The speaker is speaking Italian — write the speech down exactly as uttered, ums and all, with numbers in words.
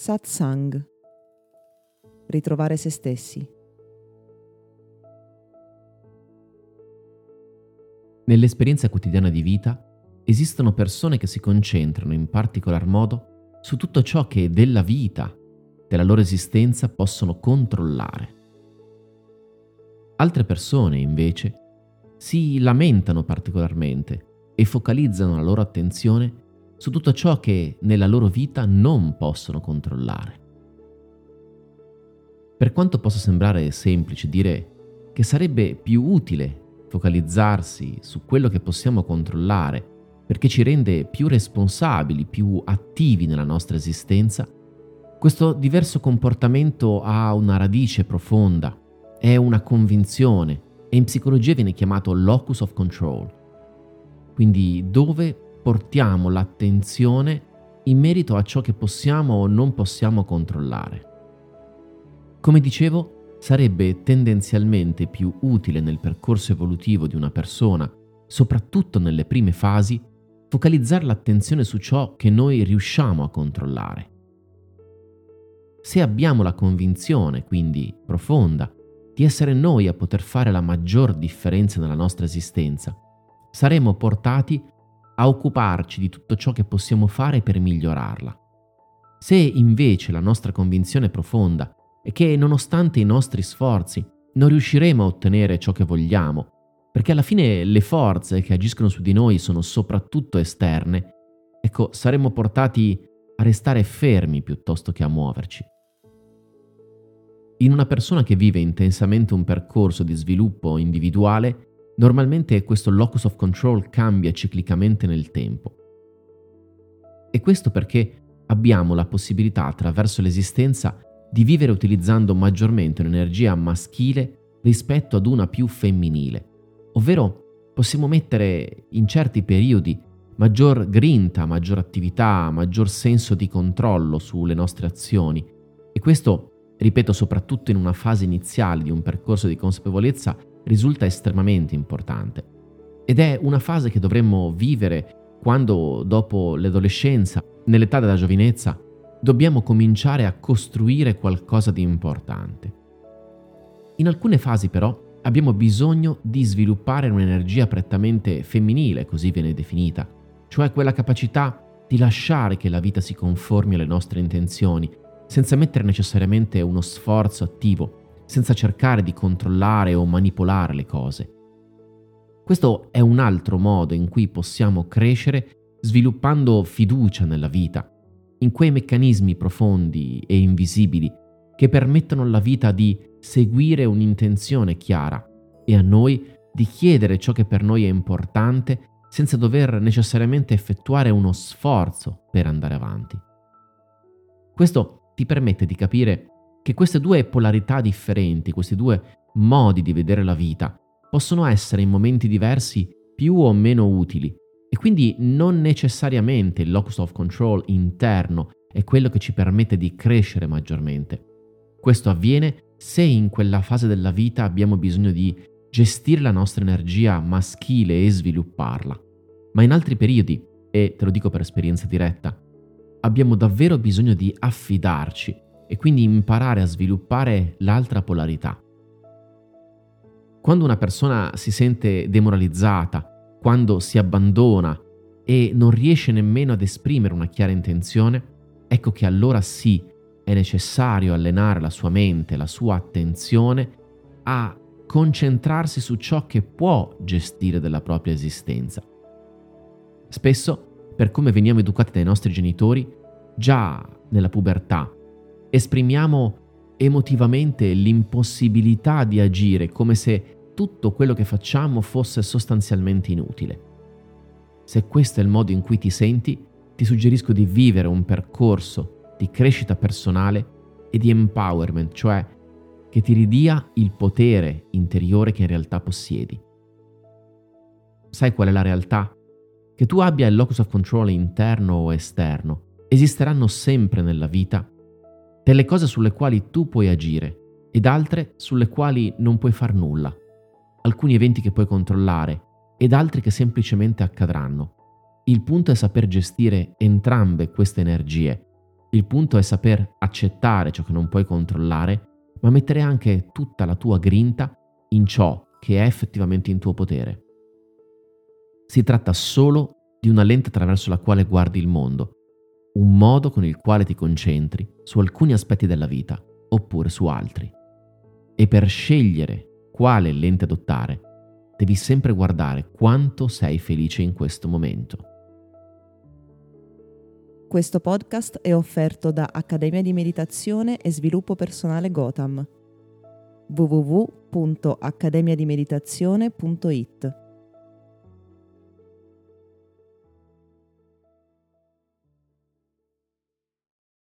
Satsang. Ritrovare se stessi. Nell'esperienza quotidiana di vita esistono persone che si concentrano in particolar modo su tutto ciò che della vita, della loro esistenza possono controllare. Altre persone, invece, si lamentano particolarmente e focalizzano la loro attenzione su tutto ciò che nella loro vita non possono controllare. Per quanto possa sembrare semplice dire che sarebbe più utile focalizzarsi su quello che possiamo controllare perché ci rende più responsabili, più attivi nella nostra esistenza, questo diverso comportamento ha una radice profonda, è una convinzione e in psicologia viene chiamato locus of control, quindi dove portiamo l'attenzione in merito a ciò che possiamo o non possiamo controllare. Come dicevo, sarebbe tendenzialmente più utile nel percorso evolutivo di una persona, soprattutto nelle prime fasi, focalizzare l'attenzione su ciò che noi riusciamo a controllare. Se abbiamo la convinzione, quindi profonda, di essere noi a poter fare la maggior differenza nella nostra esistenza, saremo portati a occuparci di tutto ciò che possiamo fare per migliorarla. Se invece la nostra convinzione profonda è che nonostante i nostri sforzi non riusciremo a ottenere ciò che vogliamo, perché alla fine le forze che agiscono su di noi sono soprattutto esterne, ecco, saremo portati a restare fermi piuttosto che a muoverci. In una persona che vive intensamente un percorso di sviluppo individuale, normalmente questo locus of control cambia ciclicamente nel tempo. E questo perché abbiamo la possibilità attraverso l'esistenza di vivere utilizzando maggiormente un'energia maschile rispetto ad una più femminile, ovvero possiamo mettere in certi periodi maggior grinta, maggior attività, maggior senso di controllo sulle nostre azioni e questo, ripeto, soprattutto in una fase iniziale di un percorso di consapevolezza risulta estremamente importante. Ed è una fase che dovremmo vivere quando, dopo l'adolescenza, nell'età della giovinezza, dobbiamo cominciare a costruire qualcosa di importante. In alcune fasi, però, abbiamo bisogno di sviluppare un'energia prettamente femminile, così viene definita, cioè quella capacità di lasciare che la vita si conformi alle nostre intenzioni, senza mettere necessariamente uno sforzo attivo, senza cercare di controllare o manipolare le cose. Questo è un altro modo in cui possiamo crescere sviluppando fiducia nella vita, in quei meccanismi profondi e invisibili che permettono alla vita di seguire un'intenzione chiara e a noi di chiedere ciò che per noi è importante senza dover necessariamente effettuare uno sforzo per andare avanti. Questo ti permette di capire che queste due polarità differenti, questi due modi di vedere la vita, possono essere in momenti diversi più o meno utili e quindi non necessariamente il locus of control interno è quello che ci permette di crescere maggiormente. Questo avviene se in quella fase della vita abbiamo bisogno di gestire la nostra energia maschile e svilupparla, ma in altri periodi, e te lo dico per esperienza diretta, abbiamo davvero bisogno di affidarci e quindi imparare a sviluppare l'altra polarità. Quando una persona si sente demoralizzata, quando si abbandona e non riesce nemmeno ad esprimere una chiara intenzione, ecco che allora sì, è necessario allenare la sua mente, la sua attenzione a concentrarsi su ciò che può gestire della propria esistenza. Spesso, per come veniamo educati dai nostri genitori, già nella pubertà, esprimiamo emotivamente l'impossibilità di agire come se tutto quello che facciamo fosse sostanzialmente inutile. Se questo è il modo in cui ti senti, ti suggerisco di vivere un percorso di crescita personale e di empowerment, cioè che ti ridia il potere interiore che in realtà possiedi. Sai qual è la realtà? Che tu abbia il locus of control interno o esterno, esisteranno sempre nella vita delle cose sulle quali tu puoi agire ed altre sulle quali non puoi far nulla, alcuni eventi che puoi controllare ed altri che semplicemente accadranno. Il punto è saper gestire entrambe queste energie Il punto è saper accettare ciò che non puoi controllare, ma mettere anche tutta la tua grinta in ciò che è effettivamente in tuo potere. Si tratta solo di una lente attraverso la quale guardi il mondo, un modo con il quale ti concentri su alcuni aspetti della vita, oppure su altri. E per scegliere quale lente adottare, devi sempre guardare quanto sei felice in questo momento. Questo podcast è offerto da Accademia di Meditazione e Sviluppo Personale Gotham. w w w punto accademia di meditazione punto i t